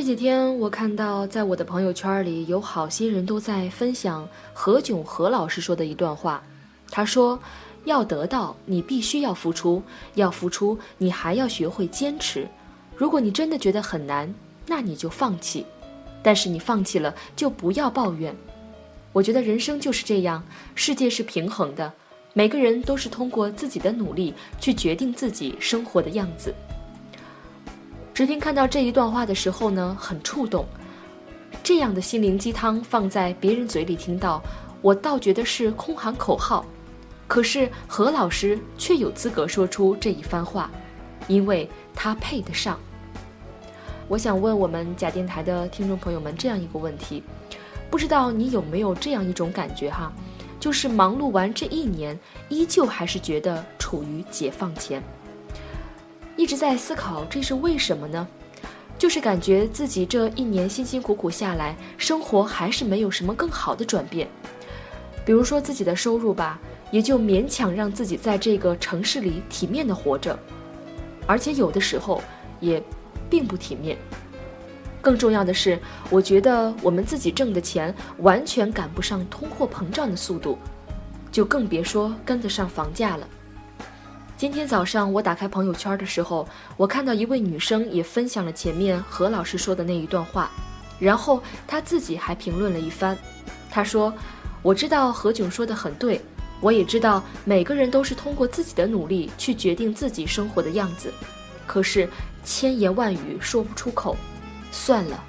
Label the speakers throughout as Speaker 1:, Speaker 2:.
Speaker 1: 几天我看到在我的朋友圈里有好些人都在分享何炅何老师说的一段话。他说，要得到你必须要付出，要付出你还要学会坚持。如果你真的觉得很难，那你就放弃，但是你放弃了就不要抱怨。我觉得人生就是这样，世界是平衡的，每个人都是通过自己的努力去决定自己生活的样子。直平看到这一段话的时候呢，很触动。这样的心灵鸡汤放在别人嘴里听到，我倒觉得是空喊口号。可是何老师却有资格说出这一番话，因为他配得上。我想问我们假电台的听众朋友们这样一个问题，不知道你有没有这样一种感觉哈，就是忙碌完这一年，依旧还是觉得处于解放前。一直在思考这是为什么呢？就是感觉自己这一年辛辛苦苦下来，生活还是没有什么更好的转变。比如说自己的收入吧，也就勉强让自己在这个城市里体面的活着，而且有的时候也并不体面。更重要的是，我觉得我们自己挣的钱完全赶不上通货膨胀的速度，就更别说跟得上房价了。今天早上我打开朋友圈的时候，我看到一位女生也分享了前面何老师说的那一段话，然后她自己还评论了一番。她说，我知道何炅说的很对，我也知道每个人都是通过自己的努力去决定自己生活的样子，可是千言万语说不出口，算了，……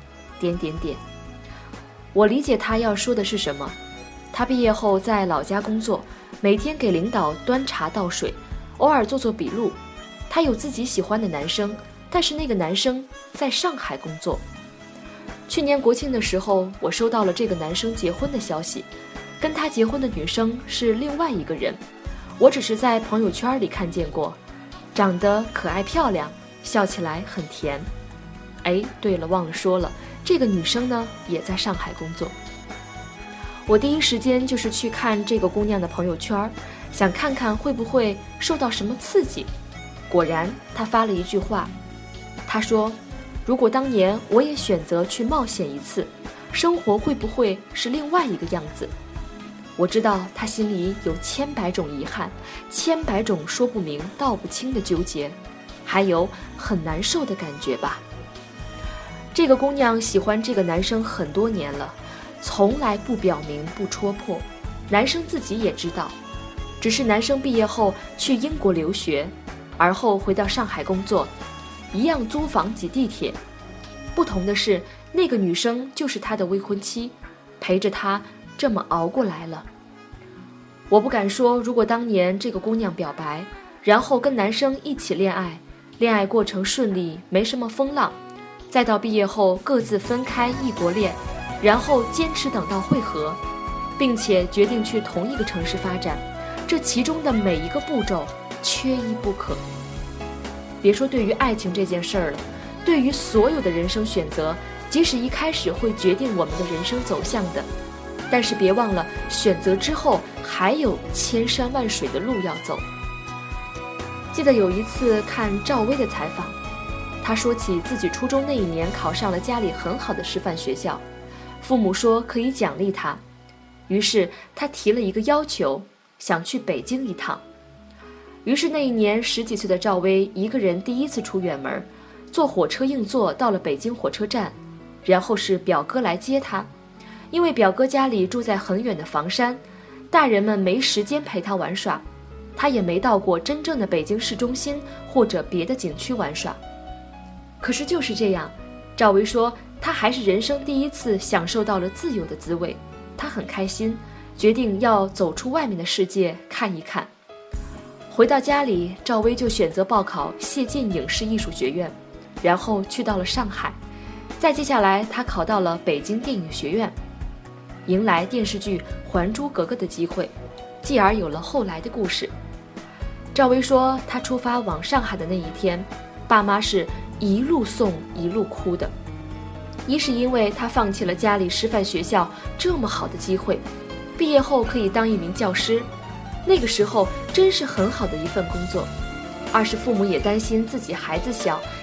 Speaker 1: 我理解他要说的是什么。他毕业后在老家工作，每天给领导端茶倒水，偶尔做做笔录。他有自己喜欢的男生，但是那个男生在上海工作。去年国庆的时候，我收到了这个男生结婚的消息，跟他结婚的女生是另外一个人，我只是在朋友圈里看见过，长得可爱漂亮，笑起来很甜。哎，对了，忘了说了，这个女生呢也在上海工作。我第一时间就是去看这个姑娘的朋友圈，想看看会不会受到什么刺激。果然她发了一句话，她说，如果当年我也选择去冒险一次，生活会不会是另外一个样子。我知道她心里有千百种遗憾，千百种说不明道不清的纠结，还有很难受的感觉吧。这个姑娘喜欢这个男生很多年了，从来不表明不戳破，男生自己也知道，只是男生毕业后去英国留学，而后回到上海工作，一样租房挤地铁。不同的是，那个女生就是他的未婚妻，陪着他这么熬过来了。我不敢说如果当年这个姑娘表白，然后跟男生一起恋爱，恋爱过程顺利，没什么风浪，再到毕业后各自分开异国恋，然后坚持等到会合，并且决定去同一个城市发展，这其中的每一个步骤缺一不可。别说对于爱情这件事儿了，对于所有的人生选择，即使一开始会决定我们的人生走向的，但是别忘了选择之后还有千山万水的路要走。记得有一次看赵薇的采访，她说起自己初中那一年考上了家里很好的师范学校，父母说可以奖励她，于是她提了一个要求，想去北京一趟。于是那一年10几岁的赵薇一个人第一次出远门，坐火车硬座到了北京火车站，然后是表哥来接她。因为表哥家里住在很远的房山，大人们没时间陪她玩耍，她也没到过真正的北京市中心或者别的景区玩耍。可是就是这样，赵薇说她还是人生第一次享受到了自由的滋味，她很开心，决定要走出外面的世界看一看。回到家里，赵薇就选择报考谢晋影视艺术学院，然后去到了上海，再接下来她考到了北京电影学院，迎来电视剧《还珠格格》的机会，继而有了后来的故事。赵薇说她出发往上海的那一天，爸妈是一路送一路哭的。一是因为她放弃了家里师范学校这么好的机会，毕业后可以当一名教师，那个时候真是很好的一份工作。二是父母也担心自己孩子小，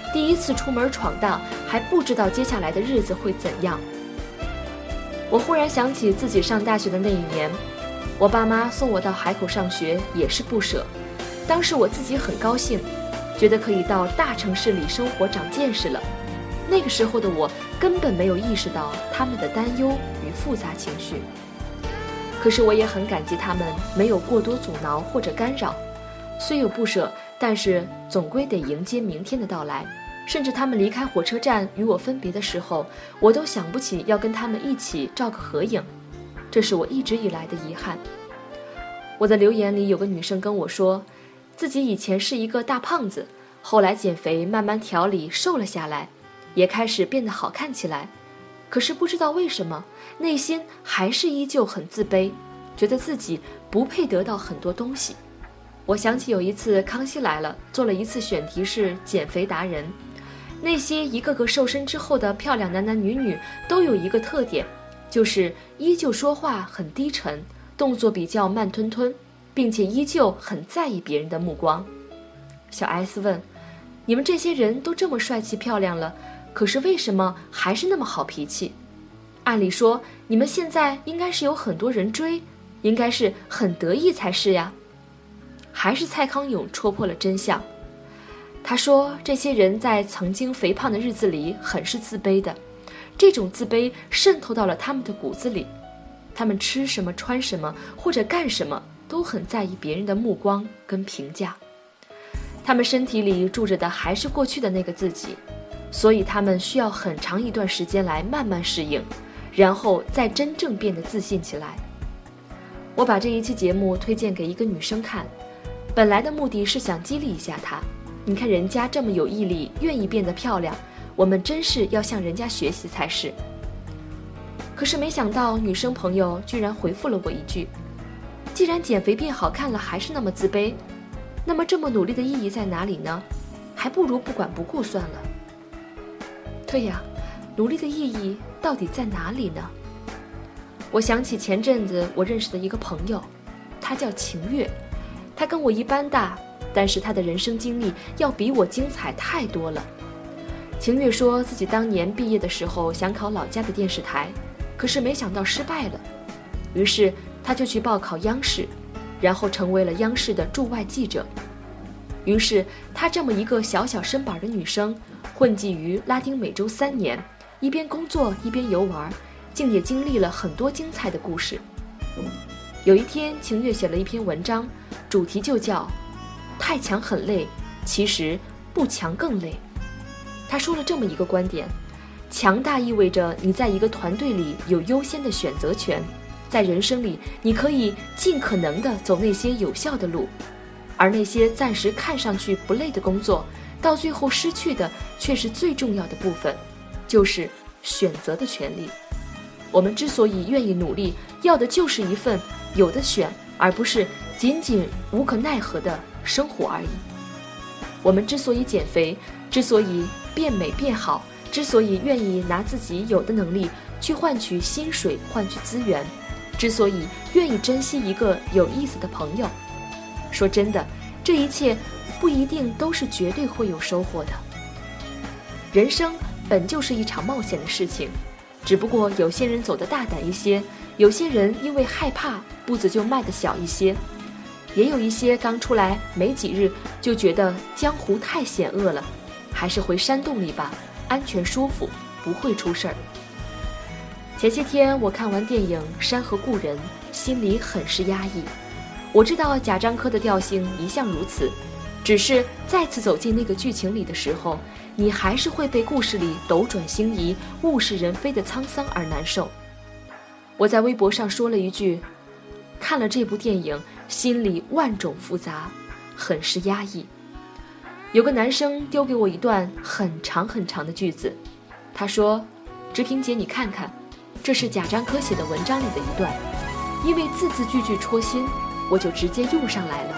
Speaker 1: 第一次出门闯荡，还不知道接下来的日子会怎样。我忽然想起自己上大学的那一年，我爸妈送我到海口上学也是不舍。当时我自己很高兴，觉得可以到大城市里生活长见识了。那个时候的我根本没有意识到他们的担忧与复杂情绪。可是我也很感激他们没有过多阻挠或者干扰，虽有不舍，但是总归得迎接明天的到来。甚至他们离开火车站与我分别的时候，我都想不起要跟他们一起照个合影，这是我一直以来的遗憾。我的留言里有个女生跟我说，自己以前是一个大胖子，后来减肥慢慢调理瘦了下来，也开始变得好看起来，可是不知道为什么内心还是依旧很自卑，觉得自己不配得到很多东西。我想起有一次康熙来了做了一次选题是减肥达人，那些一个个瘦身之后的漂亮男男女女都有一个特点，就是依旧说话很低沉，动作比较慢吞吞，并且依旧很在意别人的目光。小 S 问，你们这些人都这么帅气漂亮了，可是为什么还是那么好脾气？按理说你们现在应该是有很多人追，应该是很得意才是呀。还是蔡康永戳破了真相。他说，这些人在曾经肥胖的日子里很是自卑的，这种自卑渗透到了他们的骨子里，他们吃什么穿什么或者干什么都很在意别人的目光跟评价。他们身体里住着的还是过去的那个自己，所以他们需要很长一段时间来慢慢适应，然后再真正变得自信起来。我把这一期节目推荐给一个女生看，本来的目的是想激励一下她，你看人家这么有毅力，愿意变得漂亮，我们真是要向人家学习才是。可是没想到女生朋友居然回复了我一句，既然减肥变好看了还是那么自卑，那么这么努力的意义在哪里呢？还不如不管不顾算了。对呀，努力的意义到底在哪里呢？我想起前阵子我认识的一个朋友，他叫晴月，他跟我一般大，但是他的人生经历要比我精彩太多了。晴月说自己当年毕业的时候想考老家的电视台，可是没想到失败了，于是他就去报考央视，然后成为了央视的驻外记者。于是她这么一个小小身板的女生，混迹于拉丁美洲3年，一边工作一边游玩，竟也经历了很多精彩的故事。有一天晴月写了一篇文章，主题就叫太强很累，其实不强更累。他说了这么一个观点，强大意味着你在一个团队里有优先的选择权，在人生里你可以尽可能地走那些有效的路，而那些暂时看上去不累的工作，到最后失去的却是最重要的部分，就是选择的权利。我们之所以愿意努力，要的就是一份有的选，而不是仅仅无可奈何的生活而已。我们之所以减肥，之所以变美变好，之所以愿意拿自己有的能力去换取薪水，换取资源，之所以愿意珍惜一个有意思的朋友，说真的，这一切不一定都是绝对会有收获的。人生本就是一场冒险的事情，只不过有些人走得大胆一些，有些人因为害怕步子就迈得小一些，也有一些刚出来没几日就觉得江湖太险恶了，还是回山洞里吧，安全舒服，不会出事儿。前些天我看完电影《山河故人》，心里很是压抑。我知道贾樟柯的调性一向如此，只是再次走进那个剧情里的时候，你还是会被故事里斗转星移、物是人非的沧桑而难受。我在微博上说了一句，看了这部电影，心里万种复杂，很是压抑。有个男生丢给我一段很长很长的句子，他说，直萍姐你看看，这是贾樟柯写的文章里的一段，因为字字句句戳心，我就直接用上来了。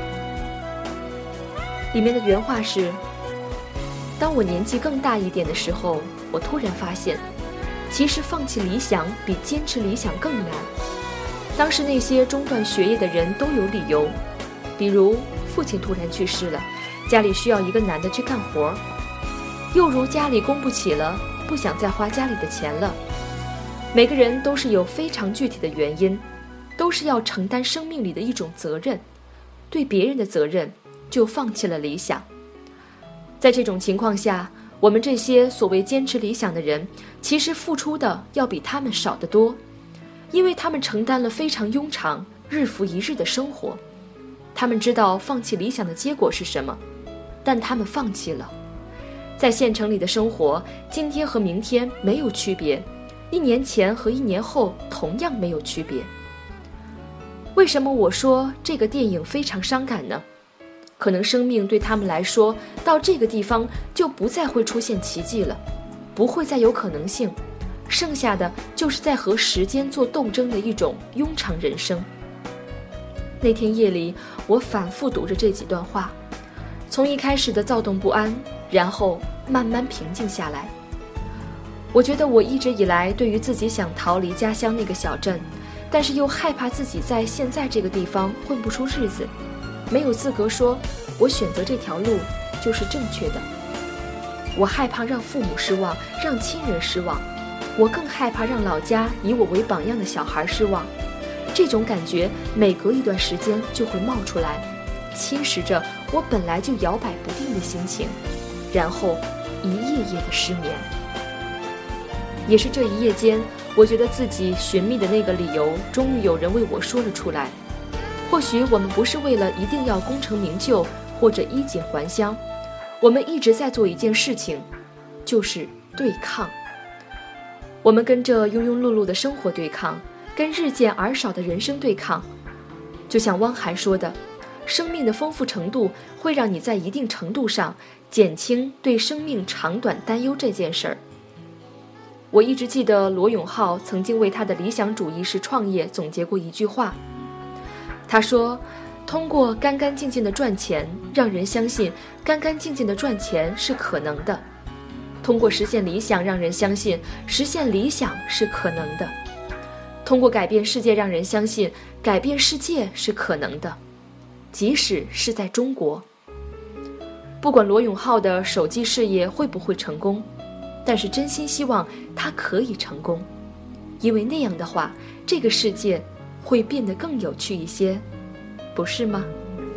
Speaker 1: 里面的原话是，当我年纪更大一点的时候，我突然发现，其实放弃理想比坚持理想更难。当时那些中断学业的人都有理由，比如父亲突然去世了，家里需要一个男的去干活， 又如家里供不起了，不想再花家里的钱了。每个人都是有非常具体的原因，都是要承担生命里的一种责任，对别人的责任就放弃了理想。在这种情况下，我们这些所谓坚持理想的人，其实付出的要比他们少得多，因为他们承担了非常庸常、日复一日的生活。他们知道放弃理想的结果是什么，但他们放弃了。在县城里的生活，今天和明天没有区别，1年前和1年后同样没有区别。为什么我说这个电影非常伤感呢？可能生命对他们来说，到这个地方就不再会出现奇迹了，不会再有可能性，剩下的就是在和时间做斗争的一种庸常人生。那天夜里，我反复读着这几段话，从一开始的躁动不安，然后慢慢平静下来。我觉得我一直以来对于自己想逃离家乡那个小镇，但是又害怕自己在现在这个地方混不出日子，没有资格说我选择这条路就是正确的。我害怕让父母失望，让亲人失望，我更害怕让老家以我为榜样的小孩失望。这种感觉每隔一段时间就会冒出来，侵蚀着我本来就摇摆不定的心情，然后一夜夜的失眠。也是这一夜间，我觉得自己寻觅的那个理由终于有人为我说了出来。或许我们不是为了一定要功成名就或者衣锦还乡，我们一直在做一件事情，就是对抗。我们跟着庸庸碌碌的生活对抗，跟日渐而少的人生对抗。就像汪涵说的，生命的丰富程度会让你在一定程度上减轻对生命长短担忧这件事儿。我一直记得罗永浩曾经为他的理想主义式创业总结过一句话，他说，通过干干净净的赚钱，让人相信干干净净的赚钱是可能的；通过实现理想，让人相信实现理想是可能的；通过改变世界，让人相信改变世界是可能的，即使是在中国。不管罗永浩的手机事业会不会成功，但是真心希望他可以成功，因为那样的话，这个世界会变得更有趣一些，不是吗？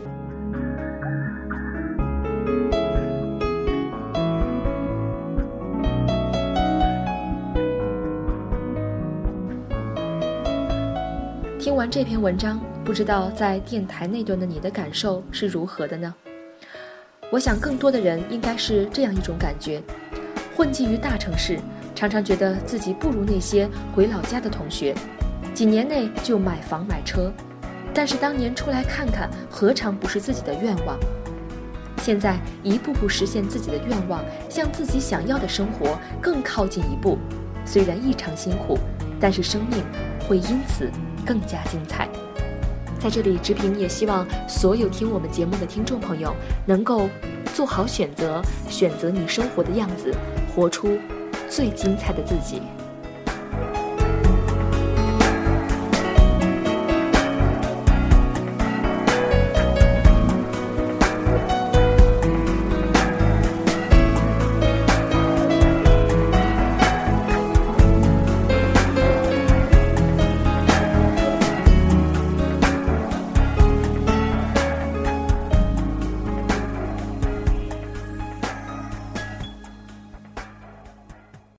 Speaker 1: 听完这篇文章，不知道在电台那端的你的感受是如何的呢？我想更多的人应该是这样一种感觉，混迹于大城市，常常觉得自己不如那些回老家的同学，几年内就买房买车，但是当年出来看看，何尝不是自己的愿望？现在一步步实现自己的愿望，向自己想要的生活更靠近一步，虽然异常辛苦，但是生命会因此更加精彩。在这里，直平也希望所有听我们节目的听众朋友能够做好选择，选择你生活的样子，活出最精彩的自己。